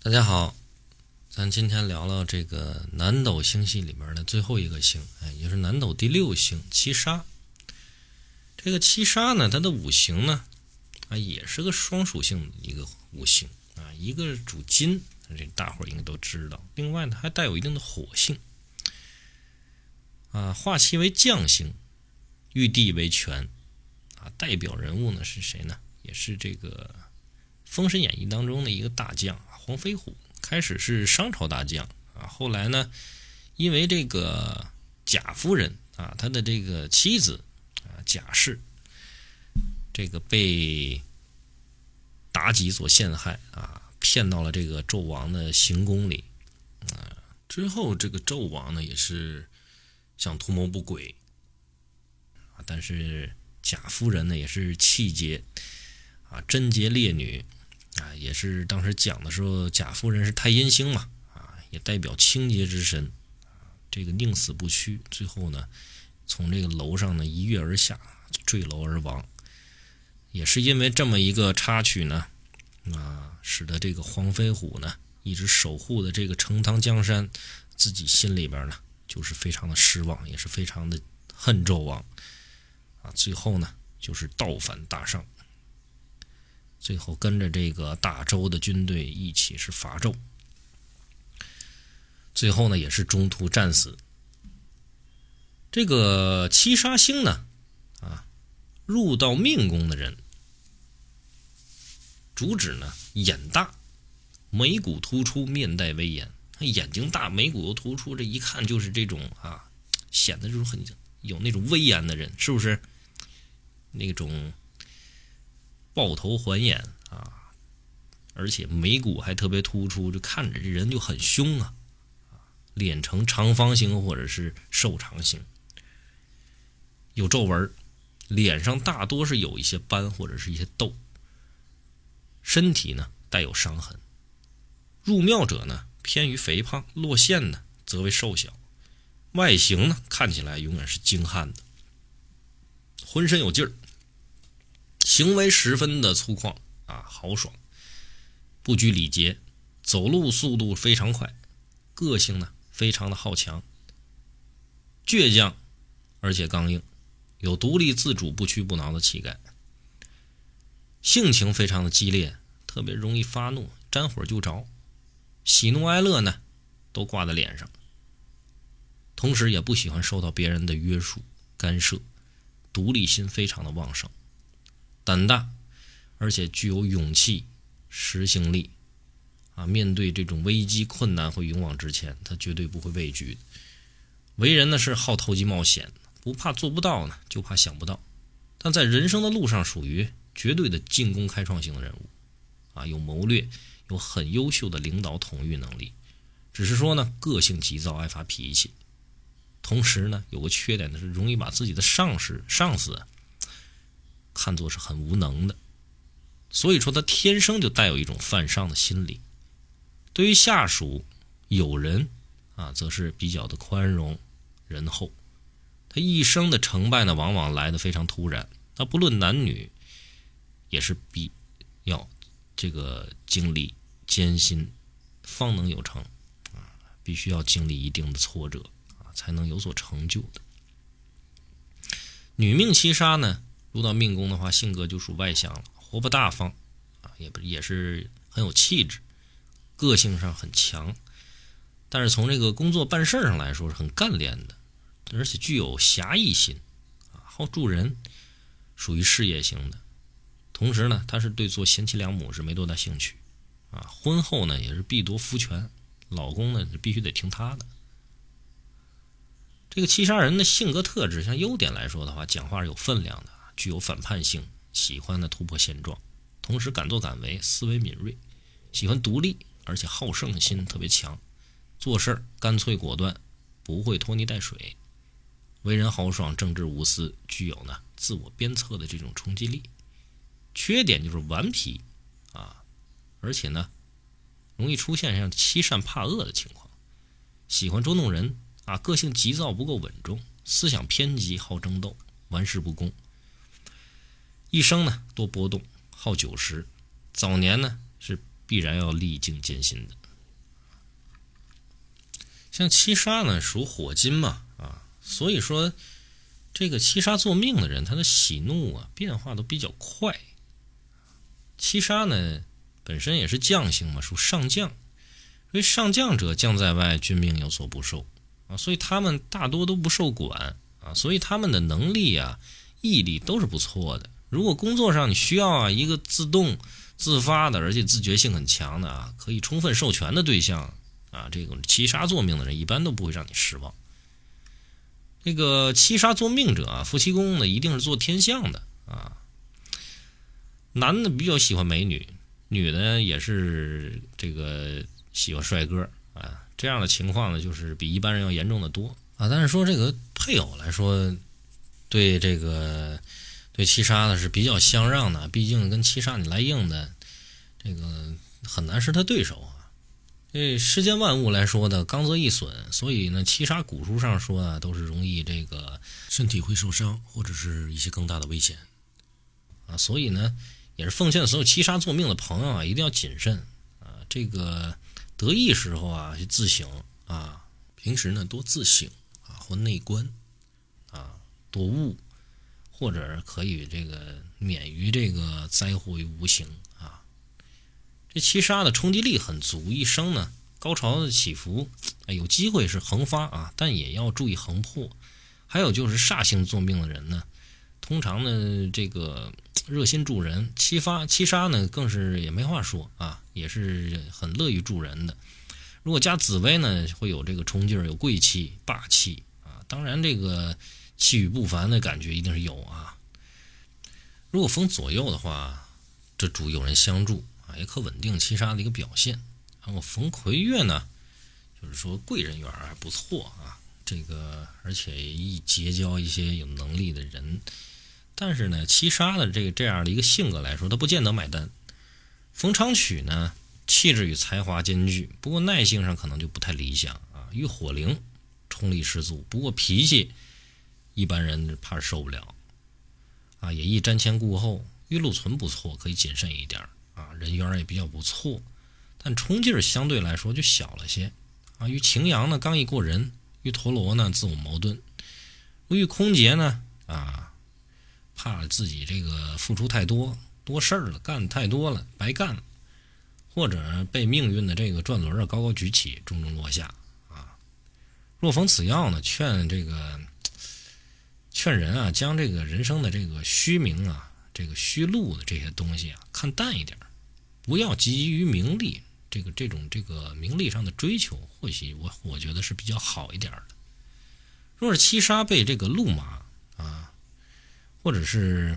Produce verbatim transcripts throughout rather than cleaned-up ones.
大家好，咱今天聊聊这个南斗星系里面的最后一个星，哎，也是南斗第六星七杀。这个七杀呢，它的五行呢，啊，也是个双属性的一个五行啊，一个主金，这大伙儿应该都知道。另外呢，还带有一定的火性啊，化气为将星，玉帝为权啊，代表人物呢是谁呢？也是这个《封神演义》当中的一个大将黄飞虎。开始是商朝大将啊，后来呢，因为这个贾夫人啊，他的这个妻子啊贾氏，这个被妲己所陷害啊，骗到了这个纣王的行宫里啊。之后这个纣王呢也是想图谋不轨啊，但是贾夫人呢也是气节啊，贞洁烈女。啊，也是当时讲的时候，贾夫人是太阴星嘛，啊，也代表清洁之神，啊，这个宁死不屈，最后呢，从这个楼上呢一跃而下，坠楼而亡。也是因为这么一个插曲呢，啊，使得这个黄飞虎呢一直守护的这个成汤江山，自己心里边呢就是非常的失望，也是非常的恨纣王，啊，最后呢就是倒反大商。最后跟着这个大周的军队一起是伐纣，最后呢也是中途战死。这个七杀星呢，啊，入到命宫的人，主旨呢眼大，眉骨突出，面带威严。眼睛大，眉骨又突出，这一看就是这种啊，显得就是很有那种威严的人，是不是？那种抱头环眼啊，而且眉骨还特别突出，就看着这人就很凶啊。脸呈长方形或者是瘦长形，有皱纹，脸上大多是有一些斑或者是一些痘，身体呢带有伤痕。入庙者呢偏于肥胖，落线呢则为瘦小，外形呢看起来永远是精悍的，浑身有劲儿。行为十分的粗犷啊，豪爽，不拘礼节，走路速度非常快，个性呢非常的好强，倔强而且刚硬，有独立自主不屈不挠的气概，性情非常的激烈，特别容易发怒，沾火就着，喜怒哀乐呢都挂在脸上，同时也不喜欢受到别人的约束干涉，独立心非常的旺盛，胆大，而且具有勇气、实行力啊！面对这种危机困难或勇往直前，他绝对不会畏惧的。为人呢是好投机冒险，不怕做不到呢，就怕想不到。但在人生的路上，属于绝对的进攻开创型的人物啊，有谋略，有很优秀的领导统御能力。只是说呢，个性急躁，爱发脾气。同时呢，有个缺点呢是容易把自己的上司、上司看作是很无能的，所以说他天生就带有一种犯上的心理。对于下属友人啊，则是比较的宽容仁厚。他一生的成败呢，往往来得非常突然。他不论男女，也是必要这个经历艰辛，方能有成啊，必须要经历一定的挫折啊，才能有所成就的。女命七杀呢，入到命宫的话，性格就属外向了，活泼大方啊，也不也是很有气质，个性上很强，但是从这个工作办事上来说是很干练的，而且具有侠义心啊，好助人，属于事业型的。同时呢，他是对做贤妻良母是没多大兴趣啊，婚后呢也是必夺夫权，老公呢必须得听他的。这个七杀人的性格特质，像优点来说的话，讲话是有分量的，具有反叛性，喜欢的突破现状，同时敢作敢为，思维敏锐，喜欢独立，而且好胜心特别强，做事干脆果断，不会拖泥带水，为人豪爽，正直无私，具有呢自我鞭策的这种冲击力。缺点就是顽皮啊，而且呢容易出现像欺善怕恶的情况，喜欢捉弄人啊，个性急躁，不够稳重，思想偏激，好争斗，玩世不恭。一生呢多波动，好酒食，早年呢是必然要历尽艰辛的。像七杀呢属火金嘛，啊，所以说这个七杀做命的人，他的喜怒啊变化都比较快。七杀呢本身也是将星嘛，属上将，所以上将者将在外，君命有所不受啊，所以他们大多都不受管啊，所以他们的能力啊、毅力都是不错的。如果工作上你需要啊一个自动自发的，而且自觉性很强的啊，可以充分授权的对象啊，这个七杀坐命的人一般都不会让你失望。这个七杀坐命者啊，夫妻宫呢一定是做天象的啊。男的比较喜欢美女，女的也是这个喜欢帅哥啊，这样的情况呢，就是比一般人要严重的多啊。但是说这个配偶来说，对这个对七杀呢是比较相让的，毕竟跟七杀你来硬的，这个很难是他对手啊。这世间万物来说的，刚则易损，所以呢，七杀古书上说啊，都是容易这个身体会受伤，或者是一些更大的危险啊。所以呢，也是奉劝所有七杀坐命的朋友啊，一定要谨慎啊。这个得意时候啊，自省啊， 平时呢多自省啊，或内观啊，多悟，或者可以这个免于这个灾祸于无形啊。这七杀的冲击力很足，一生呢高潮的起伏，哎，有机会是横发啊，但也要注意横破。还有就是煞星坐命的人呢，通常呢这个热心助人，七发七杀呢更是也没话说啊，也是很乐于助人的。如果加紫薇呢，会有这个冲劲儿，有贵气、霸气啊，当然这个气宇不凡的感觉一定是有啊。如果逢左右的话，这主有人相助啊，也可稳定七杀的一个表现。然后逢魁月呢，就是说贵人缘还不错啊，这个而且易结交一些有能力的人。但是呢，七杀的这个这样的一个性格来说，他不见得买单。逢昌曲呢，气质与才华兼具，不过耐性上可能就不太理想啊。遇火灵，冲力十足，不过脾气一般人怕是受不了啊。也易瞻前顾后，遇禄存不错，可以谨慎一点啊。人缘也比较不错，但冲劲儿相对来说就小了些啊。遇擎羊呢，刚毅过人；遇陀螺呢，自我矛盾；遇空劫呢，啊。怕自己这个付出太多多事儿了，干太多了，白干了，或者被命运的这个转轮啊高高举起，重重落下啊。若逢此要呢，劝这个劝人啊，将这个人生的这个虚名啊，这个虚禄的这些东西啊，看淡一点，不要急于名利，这个这种这个名利上的追求，或许我我觉得是比较好一点的。若是七杀被这个禄马啊。或者是，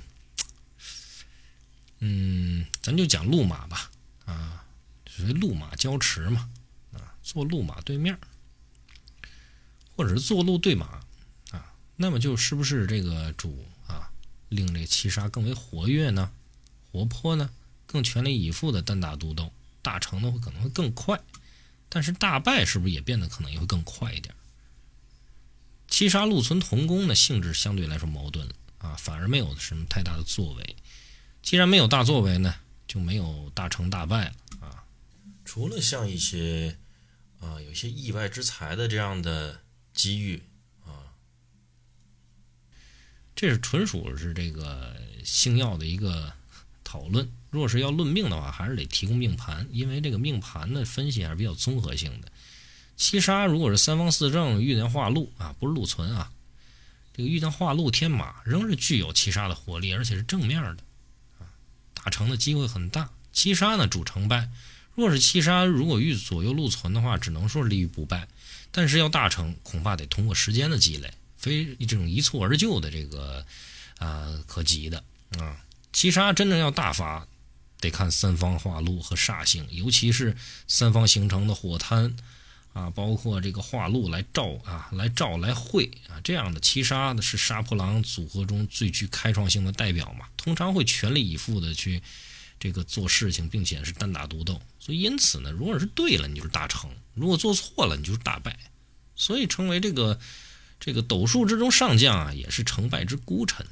嗯，咱就讲路马吧，啊，属于路马交驰嘛，啊，坐路马对面，或者是坐路对马，啊，那么就是不是这个主啊，令这七杀更为活跃呢，活泼呢，更全力以赴的单打独斗，大成的会可能会更快，但是大败是不是也变得可能也会更快一点？七杀禄存同宫呢，性质相对来说矛盾了。啊，反而没有什么太大的作为。既然没有大作为呢，就没有大成大败了啊。 除了像一些啊有一些意外之财的这样的机遇啊， 这是纯属是这个星耀的一个讨论。若是要论命的话，还是得提供命盘，因为这个命盘的分析还是比较综合性的。七杀如果是三方四正遇见化禄啊，不是禄存啊。这个遇到化禄天马，仍是具有七杀的活力，而且是正面的，啊，大成的机会很大。七杀呢主成败，若是七杀如果遇左右禄存的话，只能说是立于不败，但是要大成，恐怕得通过时间的积累，非这种一蹴而就的这个啊、呃、可及的啊。七杀真正要大发，得看三方化禄和煞星，尤其是三方形成的火贪。啊，包括这个化禄来照啊，来照来会啊，这样的七杀的是杀破狼组合中最具开创性的代表嘛，通常会全力以赴的去这个做事情，并且是单打独斗。所以因此呢，如果是对了，你就是大成；如果做错了，你就是大败。所以称为这个这个斗数之中上将啊，也是成败之孤臣。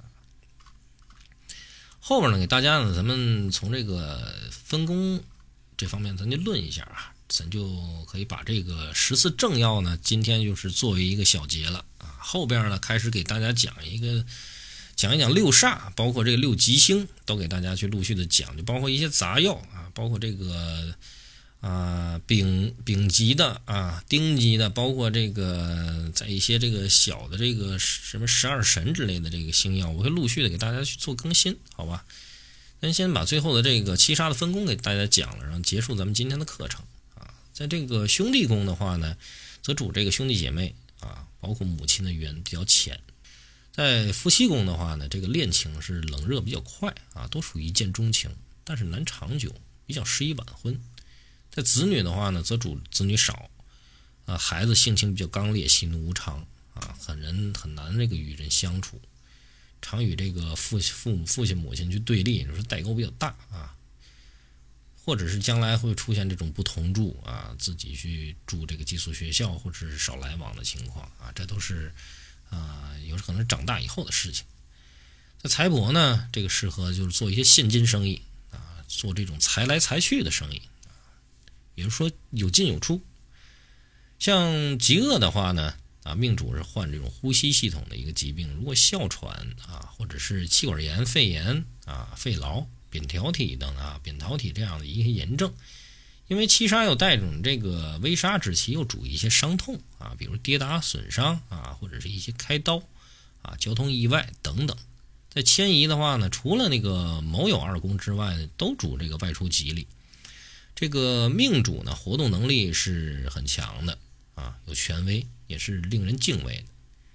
后边呢，给大家呢，咱们从这个分宫这方面咱就论一下啊，咱就可以把这个十四正要呢，今天就是作为一个小节了啊。后边呢开始给大家讲一个讲一讲六煞，包括这个六吉星，都给大家去陆续的讲，就包括一些杂药啊，包括这个啊丙丙级的啊丁级的，包括这个在一些这个小的这个什么十二神之类的这个星耀，我会陆续的给大家去做更新，好吧？咱先把最后的这个七杀的分工给大家讲了，然后结束咱们今天的课程啊。在这个兄弟宫的话呢，则主这个兄弟姐妹啊，包括母亲的缘比较浅。在夫妻宫的话呢，这个恋情是冷热比较快啊，都属于一见钟情，但是难长久，比较适宜晚婚。在子女的话呢，则主子女少啊，孩子性情比较刚烈，喜怒无常啊，很人很难这个与人相处。常与这个父父母父亲母亲去对立，就是代沟比较大啊，或者是将来会出现这种不同住啊，自己去住这个寄宿学校，或者是少来往的情况啊，这都是啊有可能是长大以后的事情。在财帛呢，这个适合就是做一些现金生意啊，做这种财来财去的生意啊，比如说有进有出。像极恶的话呢，啊，命主是患这种呼吸系统的一个疾病，如果哮喘啊，或者是气管炎、肺炎啊、肺痨、扁桃体等啊、扁桃体这样的一些炎症，因为七杀又带种这个微杀之气，又主一些伤痛啊，比如跌打损伤啊，或者是一些开刀啊、交通意外等等。在迁移的话呢，除了那个卯酉二宫之外，都主这个外出吉利。这个命主呢，活动能力是很强的啊，有权威，也是令人敬畏的。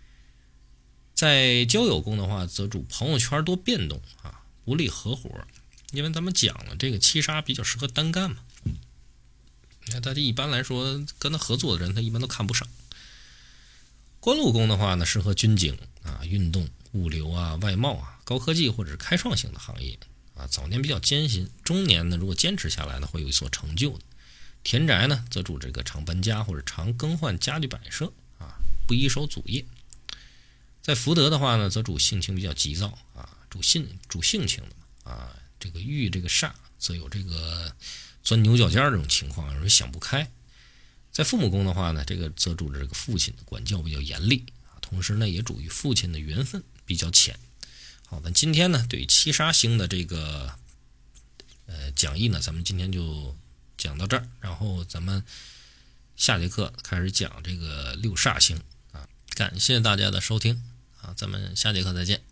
在交友宫的话，则主朋友圈多变动啊，不利合伙，因为咱们讲了这个七杀比较适合单干嘛。你看，大家一般来说跟他合作的人，他一般都看不上。官禄宫的话呢，适合军警啊、运动、物流啊、外贸啊、高科技或者是开创性的行业啊。早年比较艰辛，中年呢如果坚持下来呢，会有一所成就的。田宅呢，则主这个常搬家或者常更换家具摆设啊，不一手祖业。在福德的话呢，则主性情比较急躁啊，主性主性情的啊，这个遇这个煞，则有这个钻牛角尖这种情况，有人想不开。在父母宫的话呢，这个则主这个父亲管教比较严厉啊，同时呢也主与父亲的缘分比较浅。好，那今天呢对于七杀星的这个呃讲义呢，咱们今天就讲到这儿，然后咱们下节课开始讲这个六煞星啊。感谢大家的收听啊，咱们下节课再见。